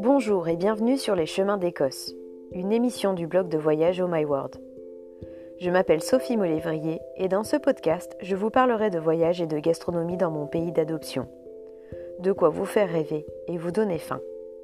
Bonjour et bienvenue sur les chemins d'Écosse, une émission du blog de voyage Oh My World. Je m'appelle Sophie Molévrier et dans ce podcast, je vous parlerai de voyage et de gastronomie dans mon pays d'adoption. De quoi vous faire rêver et vous donner faim.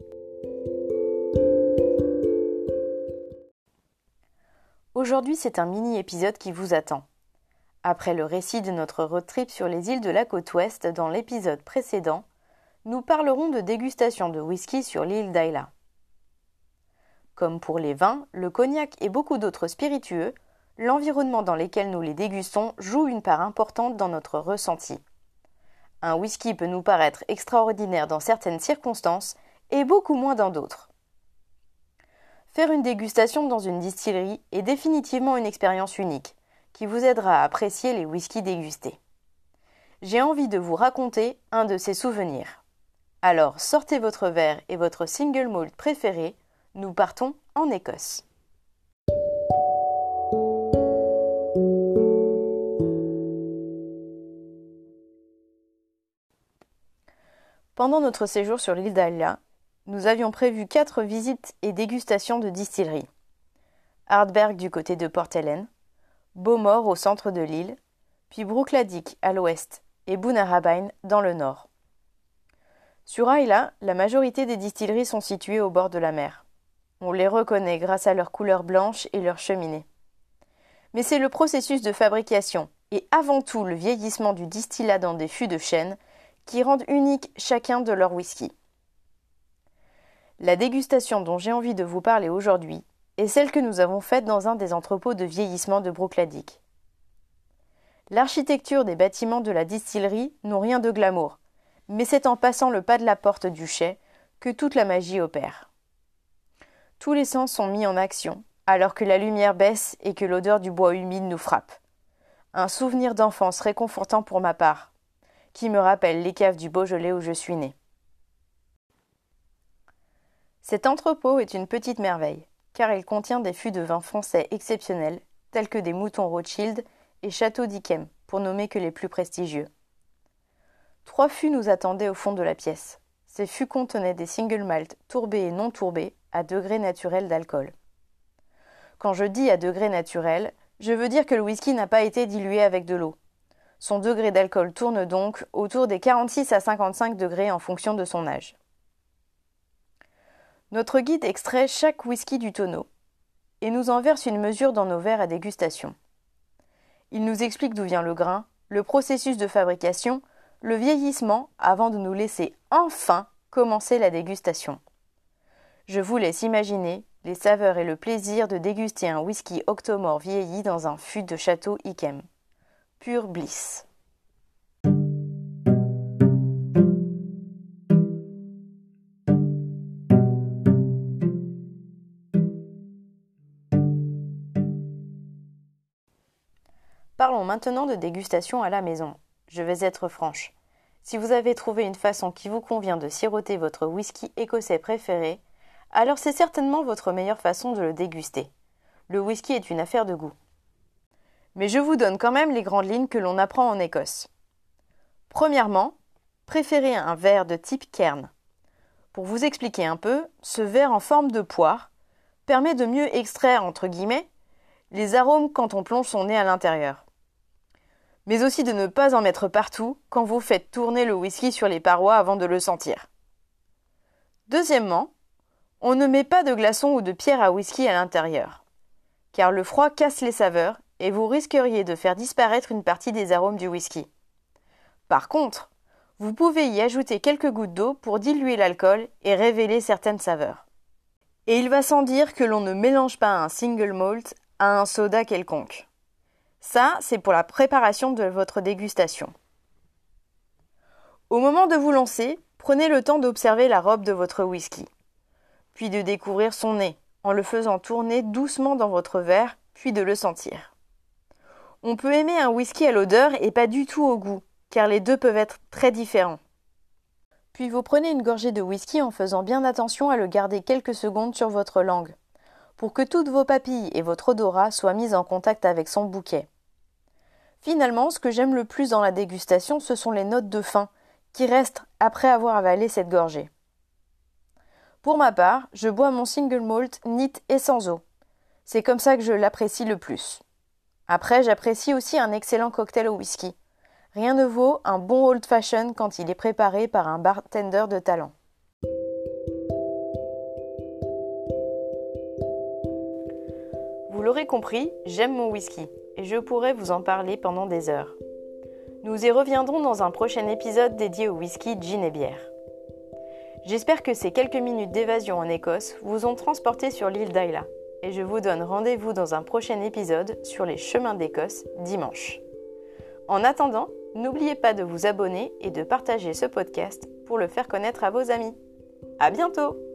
Aujourd'hui, c'est un mini-épisode qui vous attend. Après le récit de notre road trip sur les îles de la côte ouest dans l'épisode précédent, nous parlerons de dégustation de whisky sur l'île d'Islay. Comme pour les vins, le cognac et beaucoup d'autres spiritueux, l'environnement dans lequel nous les dégustons joue une part importante dans notre ressenti. Un whisky peut nous paraître extraordinaire dans certaines circonstances et beaucoup moins dans d'autres. Faire une dégustation dans une distillerie est définitivement une expérience unique, qui vous aidera à apprécier les whiskies dégustés. J'ai envie de vous raconter un de ces souvenirs. Alors sortez votre verre et votre single malt préféré, nous partons en Écosse. Pendant notre séjour sur l'île d'Islay, nous avions prévu 4 visites et dégustations de distilleries. Ardbeg du côté de Port Ellen, Bowmore au centre de l'île, puis Bruichladdich à l'ouest et Bunarabain dans le nord. Sur Islay, la majorité des distilleries sont situées au bord de la mer. On les reconnaît grâce à leur couleur blanche et leurs cheminées. Mais c'est le processus de fabrication et avant tout le vieillissement du distillat dans des fûts de chêne qui rendent unique chacun de leurs whiskies. La dégustation dont j'ai envie de vous parler aujourd'hui est celle que nous avons faite dans un des entrepôts de vieillissement de Bruichladdich. L'architecture des bâtiments de la distillerie n'ont rien de glamour, mais c'est en passant le pas de la porte du chai que toute la magie opère. Tous les sens sont mis en action, alors que la lumière baisse et que l'odeur du bois humide nous frappe. Un souvenir d'enfance réconfortant pour ma part, qui me rappelle les caves du Beaujolais où je suis née. Cet entrepôt est une petite merveille, car il contient des fûts de vin français exceptionnels, tels que des moutons Rothschild et Château d'Yquem, pour nommer que les plus prestigieux. 3 fûts nous attendaient au fond de la pièce. Ces fûts contenaient des single malt tourbés et non tourbés à degré naturel d'alcool. Quand je dis à degré naturel, je veux dire que le whisky n'a pas été dilué avec de l'eau. Son degré d'alcool tourne donc autour des 46 à 55 degrés en fonction de son âge. Notre guide extrait chaque whisky du tonneau et nous en verse une mesure dans nos verres à dégustation. Il nous explique d'où vient le grain, le processus de fabrication, le vieillissement avant de nous laisser enfin commencer la dégustation. Je vous laisse imaginer les saveurs et le plaisir de déguster un whisky octomore vieilli dans un fût de Château d'Yquem. Pure bliss. Parlons maintenant de dégustation à la maison. Je vais être franche. Si vous avez trouvé une façon qui vous convient de siroter votre whisky écossais préféré, alors c'est certainement votre meilleure façon de le déguster. Le whisky est une affaire de goût. Mais je vous donne quand même les grandes lignes que l'on apprend en Écosse. Premièrement, préférez un verre de type cairn. Pour vous expliquer un peu, ce verre en forme de poire permet de mieux extraire, entre guillemets, les arômes quand on plonge son nez à l'intérieur. Mais aussi de ne pas en mettre partout quand vous faites tourner le whisky sur les parois avant de le sentir. Deuxièmement, on ne met pas de glaçons ou de pierres à whisky à l'intérieur, car le froid casse les saveurs et vous risqueriez de faire disparaître une partie des arômes du whisky. Par contre, vous pouvez y ajouter quelques gouttes d'eau pour diluer l'alcool et révéler certaines saveurs. Et il va sans dire que l'on ne mélange pas un single malt à un soda quelconque. Ça, c'est pour la préparation de votre dégustation. Au moment de vous lancer, prenez le temps d'observer la robe de votre whisky, puis de découvrir son nez, en le faisant tourner doucement dans votre verre, puis de le sentir. On peut aimer un whisky à l'odeur et pas du tout au goût, car les deux peuvent être très différents. Puis vous prenez une gorgée de whisky en faisant bien attention à le garder quelques secondes sur votre langue, pour que toutes vos papilles et votre odorat soient mises en contact avec son bouquet. Finalement, ce que j'aime le plus dans la dégustation, ce sont les notes de faim qui restent après avoir avalé cette gorgée. Pour ma part, je bois mon single malt neat et sans eau. C'est comme ça que je l'apprécie le plus. Après, j'apprécie aussi un excellent cocktail au whisky. Rien ne vaut un bon old fashion quand il est préparé par un bartender de talent. Vous l'aurez compris, j'aime mon whisky et je pourrais vous en parler pendant des heures. Nous y reviendrons dans un prochain épisode dédié au whisky, gin et bière. J'espère que ces quelques minutes d'évasion en Écosse vous ont transporté sur l'île d'Ayla et je vous donne rendez-vous dans un prochain épisode sur les chemins d'Écosse dimanche. En attendant, n'oubliez pas de vous abonner et de partager ce podcast pour le faire connaître à vos amis. À bientôt!